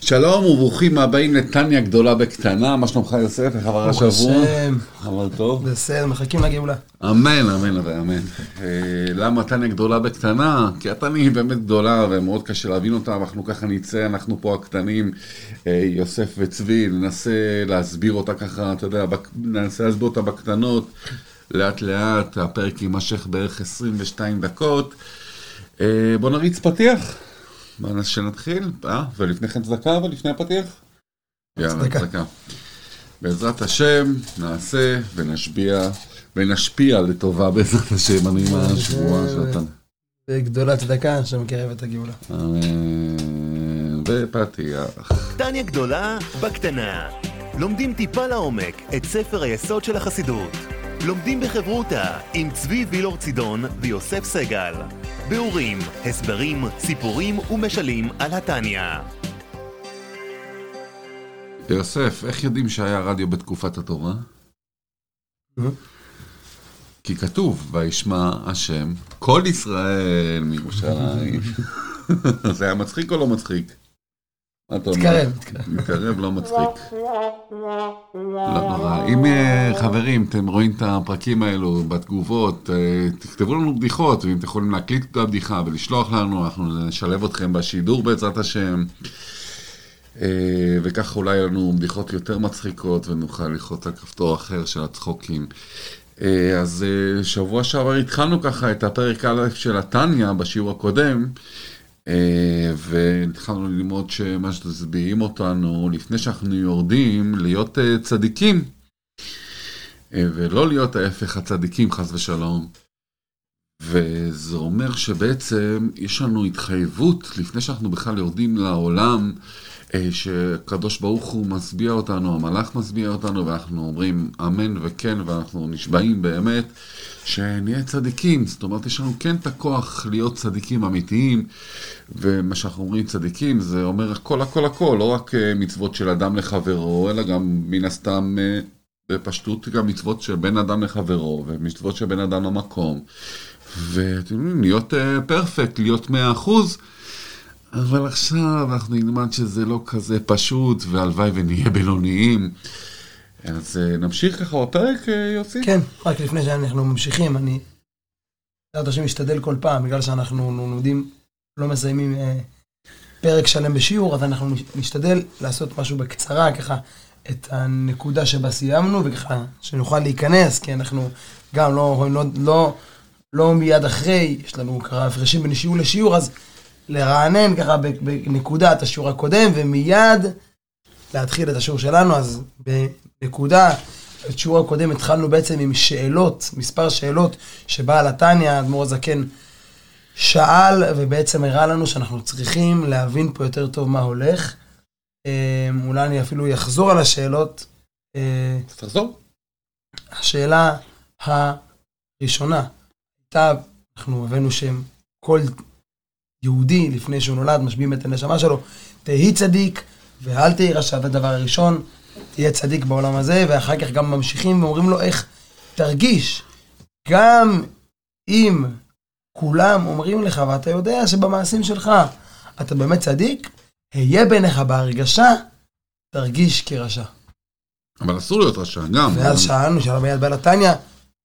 שלום וברוכים הבאים לטניה גדולה בקטנה, מה שלומך יוסף? איך עבר השבוע? עבר טוב? בסדר, מחכים לגאולה. אמן, אמן ואמן. למה טניה גדולה בקטנה? כי הטניה היא באמת גדולה ומאוד קשה להבין אותה, אנחנו ככה נצא, אנחנו פה הקטנים, יוסף וצבי, ננסה להסביר אותה ככה, אתה יודע, ננסה להסביר אותה בקטנות, לאט לאט, הפרק יימשך בערך 22 דקות. בוא נריץ פתיח. שנתחיל, ולפני כן צדקה ולפני הפתיח? יאללה, צדקה. בעזרת השם נעשה ונשפיע לטובה בעזרת השם, אני עם השבועה שלנו. וגדולה צדקה שמקרב את הגאולה. ופתיח. טניה גדולה בקטנה. לומדים טיפה לעומק את ספר היסוד של החסידות. לומדים בחברותה עם צבי וילור צידון ויוסף סגל. ביאורים, הסברים, סיפורים ומשלים על הטניה. יוסף, איך יודעים שהיה רדיו בתקופת התורה? כי כתוב, וישמע השם, כל ישראל מירושלים. זה היה מצחיק או לא מצחיק? מתקרב, לא מצחיק. לא נורא. אם חברים, אתם רואים את הפרקים האלו בתגובות, תכתבו לנו בדיחות, ואם אתם יכולים להקליט את הבדיחה ולשלוח לנו, אנחנו נשלב אתכם בשידור בעזרת השם, וכך אולי לנו בדיחות יותר מצחיקות, ונוכל ללחוץ על כפתור אחר של הצחוקים. אז שבוע שעבר התחלנו ככה את הפרק א' של הטניה בשיעור הקודם, והתחלנו ללמוד שמה שתסביעים אותנו לפני שאנחנו יורדים להיות צדיקים ולא להיות ההפך הצדיקים חס ושלום, וזה אומר שבעצם יש לנו התחייבות לפני שאנחנו בכלל יורדים לעולם, שקדוש ברוך הוא מסביע אותנו, המלאך מסביע אותנו, ואנחנו אומרים אמן וכן, ואנחנו נשבעים באמת שנהיה צדיקים. זאת אומרת, יש לנו כן את הכוח להיות צדיקים אמיתיים, ומה שאנחנו אומרים צדיקים זה אומר הכל הכל הכל, לא רק מצוות של אדם לחברו, אלא גם מן הסתם בפשטות גם מצוות של בין אדם לחברו, ומצוות של בין אדם למקום, ולהיות פרפקט, להיות 100%. אבל עכשיו אנחנו נלמד שזה לא כזה פשוט, והלוואי ונהיה בינוניים. אז נמשיך ככה בפרק, יוסי? כן, רק לפני שאנחנו ממשיכים, אני יודעת שמשתדל כל פעם, בגלל שאנחנו לומדים, לא מסיימים פרק שלם בשיעור, אז אנחנו נשתדל לעשות משהו בקצרה, ככה את הנקודה שבה סיימנו, וככה שנוכל להיכנס, כי אנחנו גם לא מיד אחרי, יש לנו ככה הפרשים בין שיעור לשיעור, אז לרענן ככה בנקודה את השיעור הקודם, ומיד להתחיל את השיעור שלנו. אז בנקודה, את שיעור הקודם התחלנו בעצם עם שאלות, מספר שאלות שבעל הטניה, אדמו"ר הזקן, שאל, ובעצם הראה לנו שאנחנו צריכים להבין פה יותר טוב מה הולך. אולי אני אפילו יחזור על השאלות. תחזור. השאלה הראשונה, הייתה, אנחנו הבאנו שהם כל יהודי לפני שהוא נולד משביעים את הנשמה שלו, תהי צדיק ואל תהי רשע. הדבר הראשון, תהיה צדיק בעולם הזה, ואחר כך גם ממשיכים ואומרים לו איך תרגיש, גם אם כולם אומרים לך ואתה יודע שבמעשים שלך אתה באמת צדיק, היה ביניך בהרגשה תרגיש כרשע. אבל אסור להיות רשע גם. ואז שאלנו, שאלה ביד בעל הטניה,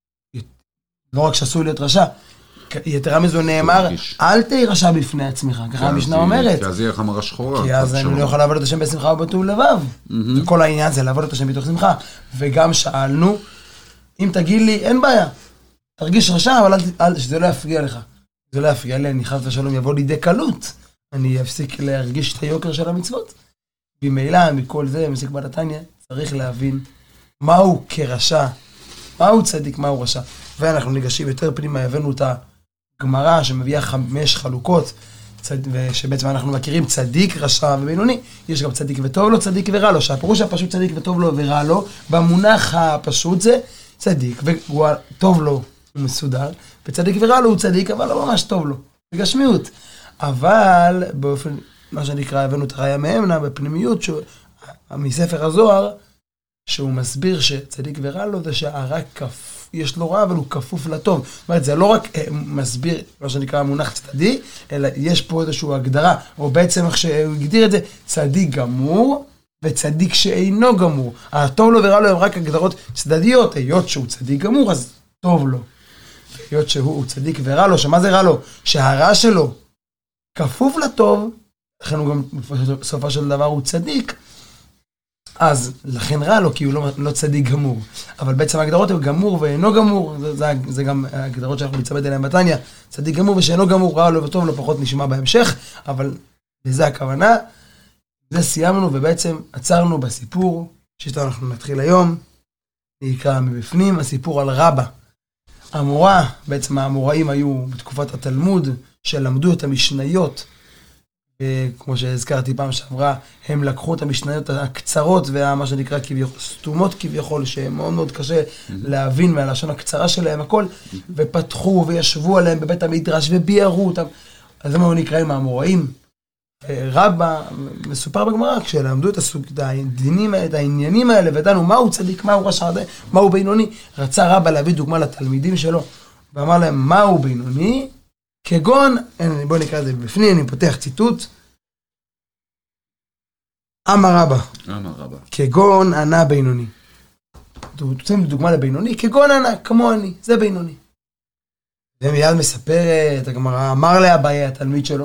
לא רק שאסור להיות רשע, יתרה מזו נאמר, אל תהי רשע בפני עצמך, ככה המשנה אומרת. כי אז יהיה לך מראה שחורה. כי אז אני לא יכול לעבוד את השם בשמחה ובטוב לבב. וכל העניין זה לעבוד את השם בתוך שמחה. וגם שאלנו, אם תגיד לי, אין בעיה, תרגיש רשע, אבל שזה לא יפריע לך. זה לא יפריע לי, אני חס ושלום יבוא לידי קלות. אני אפסיק להרגיש את היוקר של המצוות. במילא, מכל זה, מסיק בעל הטניה, צריך להבין מהו כרשע, מהו צדיק, מהו רשע. ואנחנו ניגשים יותר פנימה, הבאנו את הגמרא שמביאה 5 חלוקות, שבעצם אנחנו מכירים צדיק, רשע ובינוני. יש גם צדיק וטוב לו, צדיק ורע לו, שהפירוש הפשוט צדיק וטוב לו ורע לו, במונח הפשוט זה צדיק וטוב לו הוא מסודר, וצדיק ורע לו הוא צדיק, אבל לא ממש טוב לו, בגשמיות. אבל באופן, מה שנקרא, הבאנו את הראיה מאמנה בפנימיות, מספר הזוהר, שהוא מסביר שצדיק ורע לו זה שהרע כפול יש לו רע, אבל הוא כפוף לטוב. זאת אומרת, זה לא רק מסביר, מה שנקרא מונח צדדי, אלא יש פה איזושהי הגדרה, או בעצם איך שהוא הגדיר את זה, צדיק גמור, וצדיק שאינו גמור. הטוב לו ורע לו הם רק הגדרות צדדיות, היות שהוא צדיק גמור, אז טוב לו. היות שהוא צדיק ורע לו, שמה זה רע לו? שהרע שלו כפוף לטוב, לכן הוא גם בסופו של דבר הוא צדיק, אז לכן רע לו, כי הוא לא צדיק גמור. אבל בעצם ההגדרות הן גמור ואינו גמור, זה גם ההגדרות שאנחנו מצמד אליהן בתניא, צדיק גמור ושאינו גמור, רע לו וטוב לו, פחות נשמע בהמשך, אבל לזה הכוונה. זה סיימנו ובעצם עצרנו בסיפור, שאיתו אנחנו נתחיל היום, נקרא מבפנים, הסיפור על רבא. המורה, בעצם האמוראים היו בתקופת התלמוד, שלמדו את המשניות, וכמו שהזכרתי פעם שעברה, הם לקחו את המשניות הקצרות, ומה שנקרא סתומות כביכול, שהם מאוד מאוד קשה להבין מהלשון הקצרה שלהם הכל, ופתחו וישבו עליהם בבית המדרש וביארו אותם. אז זה מה נקראים האמוראים. רבא, מסופר בגמרא, כשלמדו את העניינים האלה, ודענו מהו צדיק, מהו רשע, מהו בינוני, רצה רבא להביא דוגמה לתלמידים שלו, ואמר להם מהו בינוני, כגון, בואו נקרא את זה בפנים, אני פותח ציטוט, אמר רבא, כגון ענה בינוני. תוצאים דוגמה לבינוני, כגון ענה, כמו אני, זה בינוני. ומיד מספרת, הגמרא, אמר לאביי התלמיד שלו,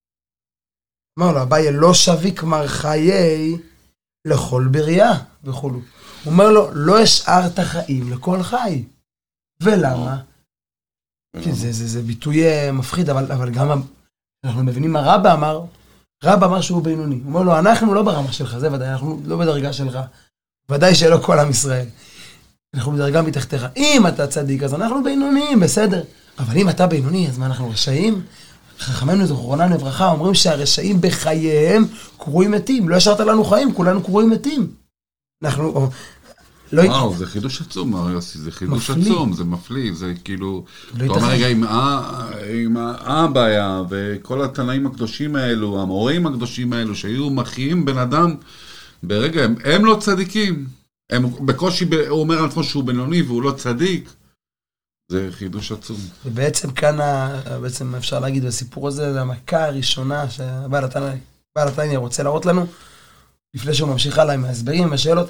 אמר לו, אביי לא שביק מר חיי לכל בריאה וכולו. הוא אומר לו, לא השארת חיים לכל חי. ולמה? כי זה ביטוי מפחיד, אבל גם אנחנו מבינים מה רבא אמר, רבא אמר שהוא בינוני. הוא אומר לו, אנחנו לא ברמה שלך, זה ודאי, אנחנו לא בדרגה שלך. ודאי שלא כל עם ישראל. אנחנו בדרגה מתחתיך. אם אתה צדיק, אז אנחנו בינוניים, בסדר. אבל אם אתה בינוני, אז מה אנחנו רשעים? חכמינו זכרונם לברכה אומרים שהרשעים בחייהם קרויים מתים. לא השארת לנו חיים, כולנו קרויים מתים. אנחנו... וואו, זה חידוש עצום, יוסי, זה חידוש עצום, זה מפליא, זה כאילו... אתה אומר רגע, עם הבעיה וכל התנאים הקדושים האלו, המורים הקדושים האלו, שהיו מחיים בן אדם, ברגע, הם לא צדיקים. הם בקושי, הוא אומר על עצמו שהוא בינוני והוא לא צדיק. זה חידוש עצום. ובעצם כאן, בעצם אפשר להגיד בסיפור הזה, זה המכה הראשונה שבעל התניא רוצה להראות לנו, לפני שהוא ממשיך הלאה עם ההסברים והשאלות,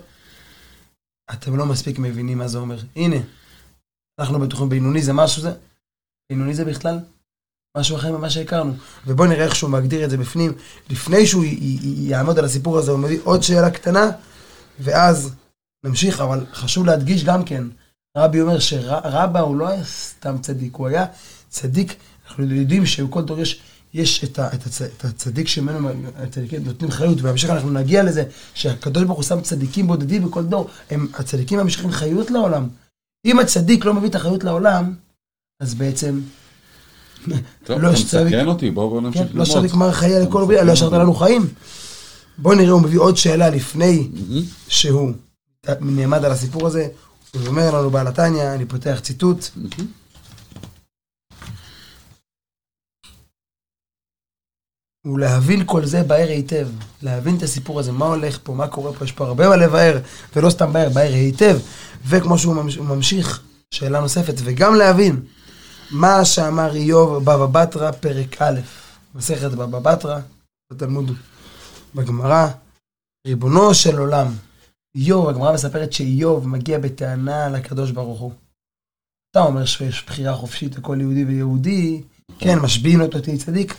אתם לא מספיק מבינים מה זה אומר. הנה, אנחנו בטוחים בינוני זה משהו זה, בינוני זה בכלל משהו אחר ממה שהכרנו. ובואו נראה איך שהוא מגדיר את זה בפנים. לפני שהוא יעמוד על הסיפור הזה, הוא מביא עוד שאלה קטנה, ואז נמשיך, אבל חשוב להדגיש גם כן, רבי אומר שרבא הוא לא היה סתם צדיק, הוא היה צדיק, אנחנו יודעים שבכל דור יש את הצדיק שמנו נותנים חיות, ובהמשך אנחנו נגיע לזה שהקדוש ברוך הוא שם צדיקים בודדים בכל דור, הצדיקים ממשיכים חיות לעולם. אם הצדיק לא מביא את החיות לעולם, אז בעצם לא מסכן אותי, בואו נמשיך ללמוד. לא שדיק מר חיי לכל בריאה, לא השארת לנו חיים. בואו נראה, הוא מביא עוד שאלה לפני שהוא נעמד על הסיפור הזה, הוא אומר לנו בעל התניא, אני פותח ציטוט. ולהבין כל זה בהר היטב, להבין את הסיפור הזה, מה הולך פה, מה קורה פה, יש פה הרבה מה לבאר, ולא סתם בהר היטב, וכמו שהוא ממשיך, שאלה נוספת, וגם להבין מה שאמר איוב בבא בתרא פרק א', מסכת בבא בתרא, בתלמוד בגמרא, ריבונו של עולם, איוב, הגמרא מספרת שאיוב מגיע בטענה לקדוש ברוך הוא. אתה אומר שיש בחירה חופשית לכל יהודי ויהודי, כן, משביעים אותו תהי צדיק.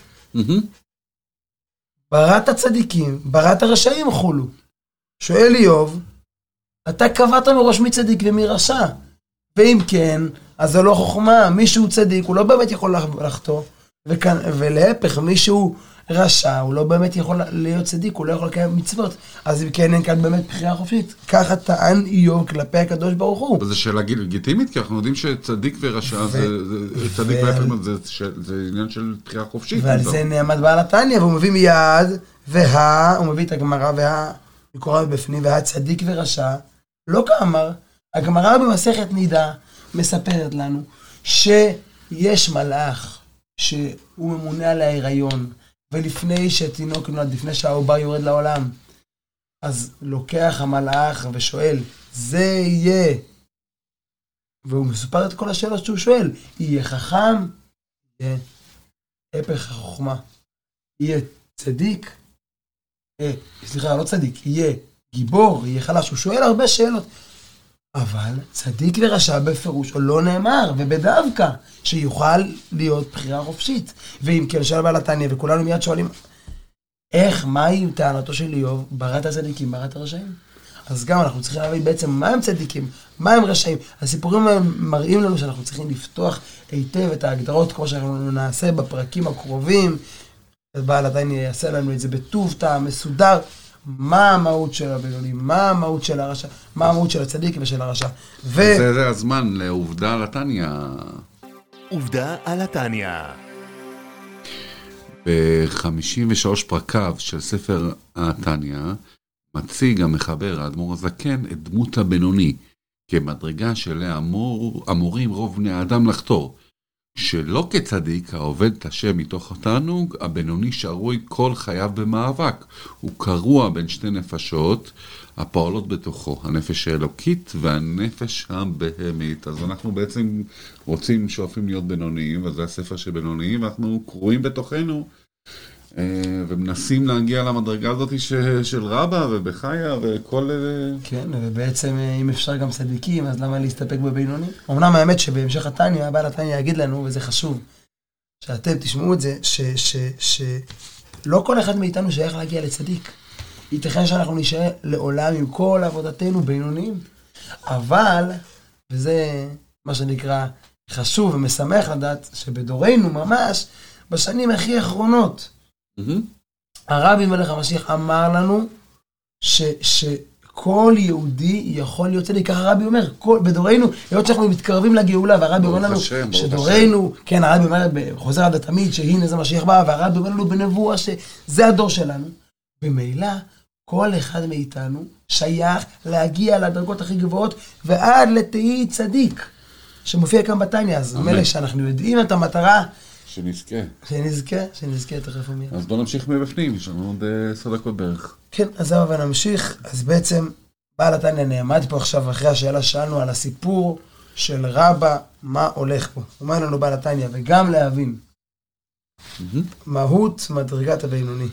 בראת הצדיקים, בראת הרשעים חולו. שואל איוב, אתה קבעת מראש מי צדיק ומי רשע. ואם כן, אז זה לא חוכמה, מישהו צדיק, הוא לא באמת יכול לחטוא, ולהפך, מישהו רשע, הוא לא באמת יכול להיות צדיק, הוא לא יכול לקיים מצוות, אז אם כן, אין כאן באמת בחירה חופשית. ככה טען איוב כלפי הקדוש ברוך הוא. וזה שאלה לגיטימית, כי אנחנו יודעים שצדיק ורשע, צדיק והפך, זה עניין של בחירה חופשית. ועל זה נעמד בעל התניא, והוא מביא מיד, הוא מביא את הגמרא, הוא קורא בפנים, צדיק ורשע, לא כאמר, הגמרא במסכת נידה מספרת לנו, שיש מלאך, שהוא ממונה על ההיריון, ולפני שתינוק נולד, לפני שהעובר יורד לעולם, אז לוקח המלאך ושואל, זה יהיה והוא מסופר את כל השאלות שהוא שואל. יהיה חכם, יהיה הפך החוכמה. יהיה צדיק, סליחה, לא צדיק, יהיה גיבור, יהיה חלש. הוא שואל הרבה שאלות. אבל צדיק ורשע בפירוש לא נאמר, ובדווקא שיוכל להיות בחירה חופשית. ואם כן, שאל בעל התניא, וכולנו מיד שואלים, איך, מהי טענתו של איוב, בראת הצדיקים, בראת הרשעים? אז גם אנחנו צריכים להבין בעצם מה הם צדיקים, מה הם רשעים. הסיפורים האלה מראים לנו שאנחנו צריכים לפתוח היטב את ההגדרות, כמו שאנחנו נעשה בפרקים הקרובים. בעל התניא יעשה לנו את זה בטוב טעם, מסודר. מה המהות של הבינוני, מה המהות של הרשע, מה המהות של הצדיק ושל הרשע. זה הזמן לעובדה על התניא. עובדה על התניא. ב-53 פרקיו של ספר התניא, מציג המחבר האדמו"ר הזקן את דמות הבינוני, כמדרגה שאליה אמורים רוב בני האדם לחתור. שלא כצדיק העובד את השם מתוך התענוג, הבינוני שרוי כל חייו במאבק. הוא קרוע בין שתי נפשות הפועלות בתוכו, הנפש האלוקית והנפש הבהמית. אז אנחנו בעצם רוצים, שואפים להיות בינוניים, וזה הספר של בינוניים, ואנחנו קרועים בתוכנו, ומנסים להגיע למדרגה הזאת של רבא ובחיה וכל... כן, ובעצם אם אפשר גם צדיקים, אז למה להסתפק בבינוני? אמנם האמת שבהמשך התניא, בעל התניא יגיד לנו, וזה חשוב, שאתם תשמעו את זה, שלא כל אחד מאיתנו שייך להגיע לצדיק. ייתכן שאנחנו נשאר לעולם עם כל עבודתנו בינוניים, אבל, וזה מה שנקרא חשוב ומשמח לדעת, שבדורנו ממש, בשנים הכי האחרונות, הרבי מלך המשיח אמר לנו שכל יהודי יכול להיות צדיק. ככה הרבי אומר, בדורנו, היות שאנחנו מתקרבים לגאולה, והרבי אומר לנו שדורנו, כן, הרבי אומר בחוזר עד התמיד, שהנה זה משיח בא, והרבי אומר לנו בנבואה שזה הדור שלנו. במילא, כל אחד מאיתנו שייך להגיע לדרגות הכי גבוהות, ועד לתהי צדיק, שמופיע כאן בתניא. אז מלא שאנחנו יודעים את המטרה, שנזכה, תכף ומיד. אז בוא נמשיך מבפנים, יש לנו עוד 10 דקות בערך. כן, אז זהו, ונמשיך. אז בעצם, בעל התניא נעמד פה עכשיו, אחרי השאלה שאלנו על הסיפור של רבא, מה הולך פה. הוא אומר לנו בעל התניא, וגם להבין, מהות מדרגת הבינוני,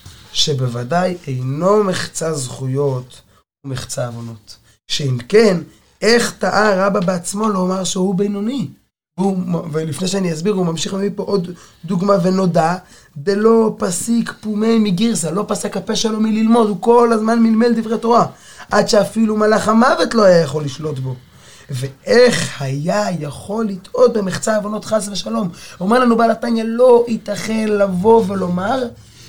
שבוודאי אינו מחצה זכויות ומחצה עוונות. שאם כן, איך טעה רבא בעצמו לומר שהוא בינוני? ולפני שאני אסביר, הוא ממשיך להביא פה עוד דוגמה ונודע, דלא פסיק פומי מגירסה, לא פסק הפה שלו מללמוד, הוא כל הזמן מלמל דברי תורה, עד שאפילו מלאך המוות לא היה יכול לשלוט בו. ואיך היה יכול לטעות במחצה עוונות חס ושלום? אומר לנו בעל התניא, לא ייתכן לבוא ולומר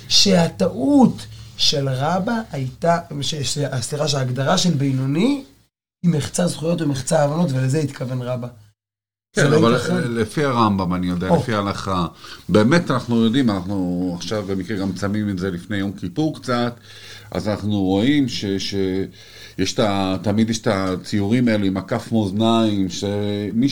שהטעות של רבא הייתה, סליחה, שההגדרה של בינוני היא מחצה זכויות ומחצה עוונות, ולזה התכוון רבא. כן, אבל לפי הרמב"ם, אני יודע, לפי ההלכה, באמת אנחנו יודעים, אנחנו עכשיו במקרה גם צמים את זה לפני יום כיפור קצת, אז אנחנו רואים שיש תמיד יש את הציורים האלו עם הכף מאזניים, שמי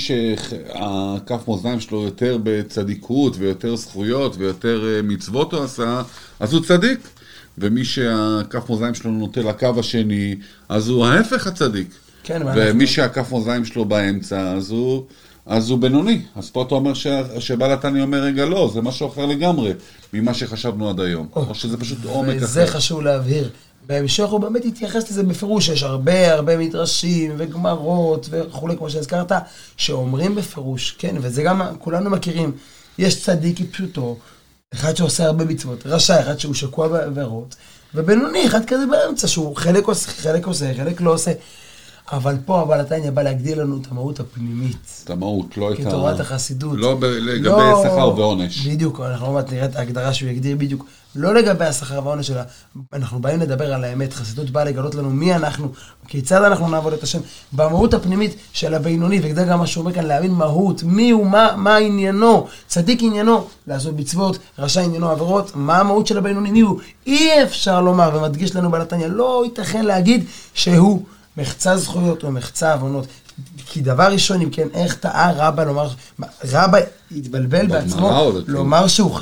שהכף מאזניים שלו יותר בצדיקות ויותר זכויות ויותר מצוות הוא עשה, אז הוא צדיק. ומי שהכף מאזניים שלו נוטה לקו השני, אז הוא ההפך הצדיק. כן, ומי שהכף מאזניים שלו באמצע, אז הוא בינוני. אז פה אתה אומר שבעל התניא אומר, רגע לא, זה משהו אחר לגמרי ממה שחשבנו עד היום. או שזה פשוט עומק אחר. וזה חשוב להבהיר. בהמשך הוא באמת התייחס לזה בפירוש, יש הרבה מדרשים וגמרות וכו', כמו שהזכרת, שאומרים בפירוש, כן, וזה גם כולנו מכירים, יש צדיק כפשוטו, אחד שעושה הרבה מצוות, רשע אחד שהוא שקוע בעבירות, ובינוני אחד כזה באמצע, שהוא חלק עושה, חלק לא עושה. אבל פה בעל התניא בא להגדיר לנו את המהות הפנימית. את המהות, לא את ה... כתורת החסידות. לא לגבי שכר ועונש. בדיוק, אנחנו עוד מעט נראה את ההגדרה שהוא יגדיר בדיוק. לא לגבי השכר והעונש שלה. אנחנו באים לדבר על האמת. חסידות באה לגלות לנו מי אנחנו, כיצד אנחנו נעבוד את השם. במהות הפנימית של הבינוני, וכדי גם מה שהוא אומר כאן, להבין מהות, מי הוא, מה עניינו. צדיק עניינו, לעשות מצוות, רשע עניינו עבירות, מה המהות של הבינוני, מי הוא. אי אפשר לומר, ומדגיש לנו בעל התניא, לא ייתכן להגיד שהוא מחצה זכויות או מחצה עוונות. כי דבר ראשון, אם כן, איך טעה רבא לומר, רבא התבלבל בעצמו, לומר שהוא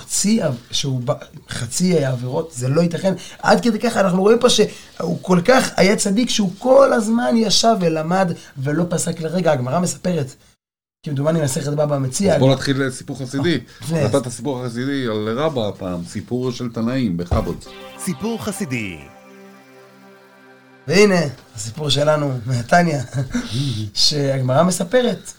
חצי העבירות, זה לא ייתכן. עד כדי ככה אנחנו רואים פה שהוא כל כך היה צדיק, שהוא כל הזמן ישב ולמד ולא פסק לרגע. הגמרא מספרת, כמדומני מסכת בבא מציע. אז בוא נתחיל לסיפור חסידי. נתת סיפור חסידי על רבא הפעם, סיפור של תנאים בכבוד. סיפור חסידי. והנה, הסיפור שלנו מהתניא, שהגמרא מספרת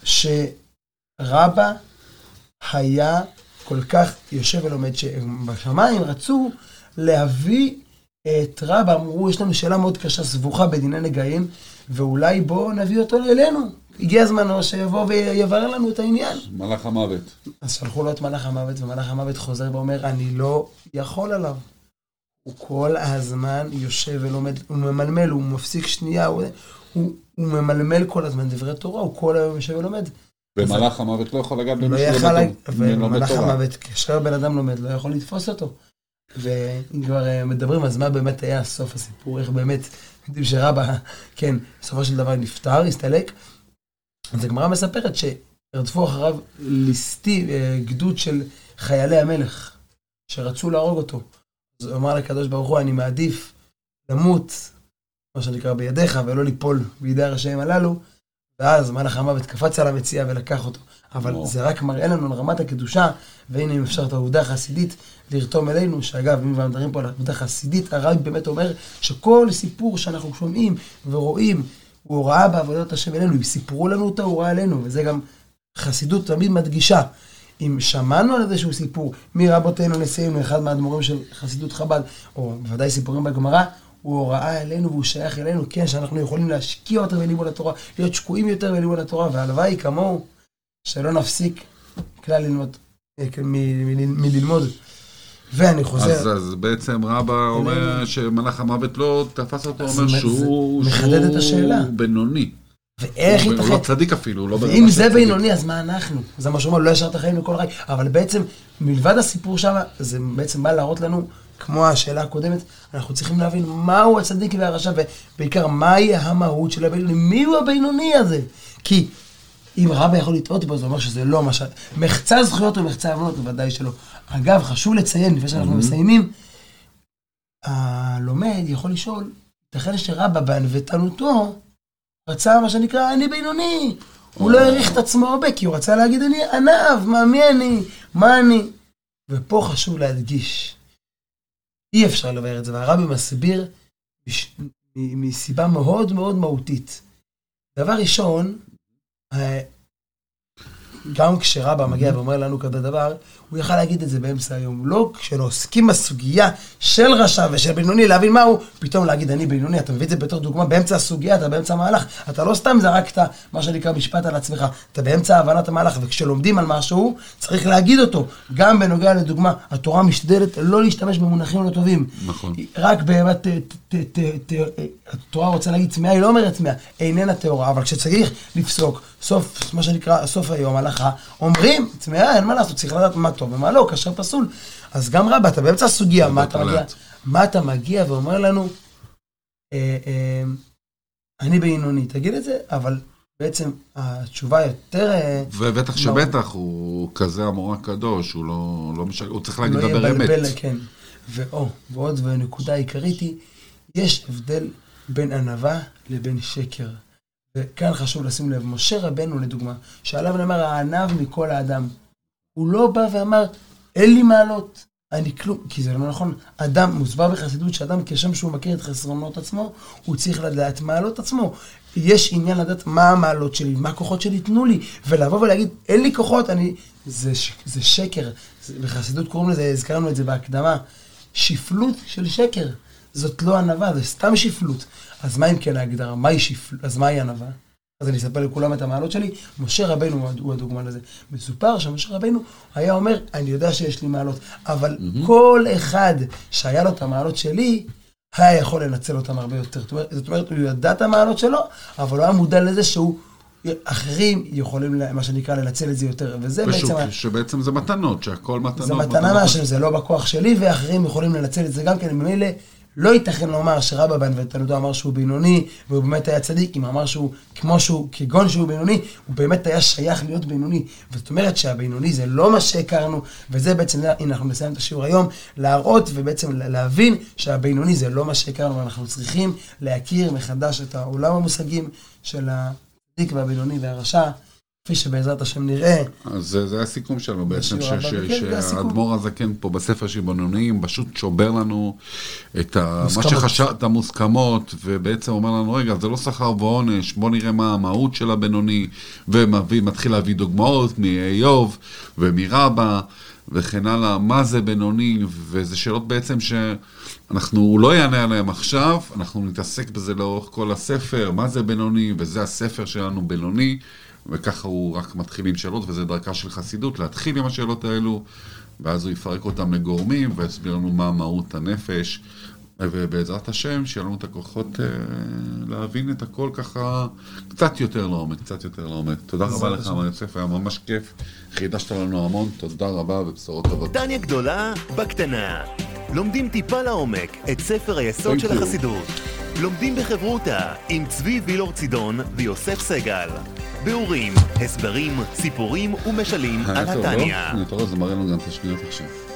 שרבא היה כל כך יושב ולומד, שבשמיים רצו להביא את רבא, אמרו, יש לנו שאלה מאוד קשה, סבוכה בדיני נגעים, ואולי בואו נביא אותו אלינו. הגיע הזמנו שיבוא ויברר לנו את העניין. מלאך המוות. אז שלחו לו את מלאך המוות, ומלאך המוות חוזר ואומר, אני לא יכול עליו. הוא כל הזמן יושב ולומד, הוא ממלמל, הוא מפסיק שנייה, הוא ממלמל כל הזמן דברי תורה, הוא כל היום יושב ולומד. ומלאך המוות לא יכול לגעת במישהו לומד תורה. ומלאך המוות, כאשר בן אדם לומד, לא יכול לתפוס אותו. וכבר מדברים, אז מה באמת היה סוף הסיפור, איך באמת, יודעים שרבא, כן, בסופו של דבר נפטר, הסתלק. אז הגמרא מספרת שרדפו אחריו ליסטי, גדוד של חיילי המלך, שרצו להרוג אותו. אז הוא אמר לקדוש ברוך הוא, אני מעדיף למות, מה שנקרא בידיך, ולא ליפול בידי הרשעים הללו, ואז מלאך המוות קפץ על המציאה ולקח אותו. אבל זה רק מראה לנו על רמת הקדושה, והנה אם אפשר את העובדה החסידית לרתום אלינו, שאגב, אם מדברים פה על העובדה החסידית, הרב באמת אומר שכל סיפור שאנחנו שומעים ורואים, הוא הוראה בעבודת השם אלינו, אם סיפרו לנו אותה, הוא הוראה אלינו, וזה גם חסידות תמיד מדגישה. אם שמענו על איזשהו סיפור, מרבותינו נשיאנו, אחד מהאדמו"רים של חסידות חב"ד, או בוודאי סיפורים בגמרא, הוא הוראה אלינו והוא שייך אלינו, כן, שאנחנו יכולים להשקיע יותר בלימוד התורה, להיות שקועים יותר בלימוד התורה, והלוואי כמוהו, שלא נפסיק כלל ללמוד, מללמוד. ואני חוזר. אז בעצם רבא אומר שמלאך המוות לא תפס אותו, אומר שהוא מחדד את השאלה. בינוני. ואיך הוא ייתכן? לא צדיק אפילו, לא ואם זה בינוני, אז מה אנחנו? זה מה שאומר, לא ישר את החיים לכל רגע. אבל בעצם, מלבד הסיפור שם, זה בעצם בא להראות לנו, כמו השאלה הקודמת, אנחנו צריכים להבין מהו הצדיק והרשע, ובעיקר מהי המהות של הבינוני, מי הוא הבינוני הזה? כי אם רבא יכול לטעות בו, זה אומר שזה לא מה מחצה זכויות או מחצה עוונות, בוודאי שלא. אגב, חשוב לציין, לפני שאנחנו מסיימים, הלומד יכול לשאול, ייתכן שרבא בענוותנותו, רצה מה שנקרא, אני בינוני. הוא לא העריך את עצמו הרבה, כי הוא רצה להגיד, אני ענב, מי אני? מה אני? ופה חשוב להדגיש. אי אפשר לבאר את זה, והרבי מסביר מסיבה מאוד מאוד מהותית. דבר ראשון, גם כשרבא מגיע ואומר לנו כזה דבר, הוא יכל להגיד את זה באמצע היום. לא כשעוסקים בסוגיה של רשע ושל בינוני, להבין מהו, פתאום להגיד אני בינוני, אתה מביא את זה בתור דוגמה, באמצע הסוגיה, אתה באמצע המהלך, אתה לא סתם זרקת מה שנקרא משפט על עצמך, אתה באמצע הבנת המהלך, וכשלומדים על משהו, צריך להגיד אותו. גם בנוגע לדוגמה, התורה משתדלת לא להשתמש במונחים לא טובים. נכון. רק באמת, התורה רוצה להגיד צמאה, היא לא אומרת צמאה, איננה טהורה, אבל כשצריך לפסוק, סוף, מה שנקרא, סוף היום, הלכה, אומרים, צמאה, אין מה לעשות, צריך לדעת מה טוב ומה לא, כאשר פסול. אז גם רבא, אתה באמצע הסוגיה, מה אתה מגיע ואומר לנו, אני בינוני, תגיד את זה, אבל בעצם התשובה יותר... ובטח שבטח הוא כזה המורה הקדוש, הוא צריך להגיד דבר אמת. כן. ועוד ונקודה עיקרית היא, יש הבדל בין ענווה לבין שקר. וכאן חשוב לשים לב, משה רבנו לדוגמה, שעליו נאמר הענב מכל האדם. הוא לא בא ואמר, אין לי מעלות, אני כלום, כי זה לא נכון. אדם, מוסבר בחסידות שאדם כשם שהוא מכיר את חסרונות עצמו, הוא צריך לדעת מעלות עצמו. יש עניין לדעת מה המעלות שלי, מה הכוחות שלי תנו לי, ולבוא ולהגיד, אין לי כוחות, זה שקר. בחסידות קוראים לזה, הזכרנו את זה בהקדמה, שפלות של שקר. זאת לא ענווה, זה סתם שפלות. אז מה אם כן ההגדרה? מהי שפלות? אז מהי ענווה? אז אני אספר לכולם את המעלות שלי. משה רבנו הוא הדוגמה לזה. מסופר שמשה רבנו היה אומר, אני יודע שיש לי מעלות, אבל כל אחד שהיה לו את המעלות שלי, היה יכול לנצל אותם הרבה יותר. זאת אומרת, הוא ידע את המעלות שלו, אבל הוא היה מודע לזה שהוא אחרים יכולים, מה שנקרא, לנצל את זה יותר. וזה בעצם... שבעצם זה מתנות, שהכל מתנות. זה מתנה מהשם, זה לא בכוח שלי, ואחרים יכולים לנצל את זה גם כן. ממילא לא ייתכן לומר שרבא בענוותנותו אמר שהוא בינוני, והוא באמת היה צדיק, אם אמר שהוא, כמו שהוא, כגון שהוא בינוני, הוא באמת היה שייך להיות בינוני. וזאת אומרת שהבינוני זה לא מה שהכרנו, וזה בעצם, הנה אנחנו נסיים את השיעור היום, להראות ובעצם להבין שהבינוני זה לא מה שהכרנו, ואנחנו צריכים להכיר מחדש את העולם המושגים של הצדיק והבינוני והרשע, כפי שבעזרת השם נראה. אז זה הסיכום שלנו בעצם, שהאדמו"ר הזקן פה בספר של בינוניים פשוט שובר לנו את המוסכמות, ובעצם אומר לנו, רגע, זה לא שכר ועונש, בוא נראה מה המהות של הבינוני, ומתחיל להביא דוגמאות מאיוב ומרבא, וכן הלאה, מה זה בינוני, וזה שאלות בעצם שאנחנו לא יענה עליהם עכשיו, אנחנו נתעסק בזה לאורך כל הספר, מה זה בינוני, וזה הספר שלנו בינוני, וככה הוא רק מתחיל עם שאלות, וזה דרכה של חסידות, להתחיל עם השאלות האלו, ואז הוא יפרק אותם לגורמים, ויסביר לנו מה מהות הנפש, ובעזרת השם, שיהיה לנו את הכוחות להבין את הכל ככה, קצת יותר לעומק. תודה רבה לך, מר יוסף, היה ממש כיף, חידשת לנו המון, תודה רבה ובשורות טובות. טניה גדולה בקטנה. לומדים טיפה לעומק את ספר היסוד של החסידות. לומדים בחברותה עם צבי וילור צידון ויוסף סגל. ביאורים, הסברים, סיפורים ומשלים על התניה. זה מראה לנו גם את השניות עכשיו.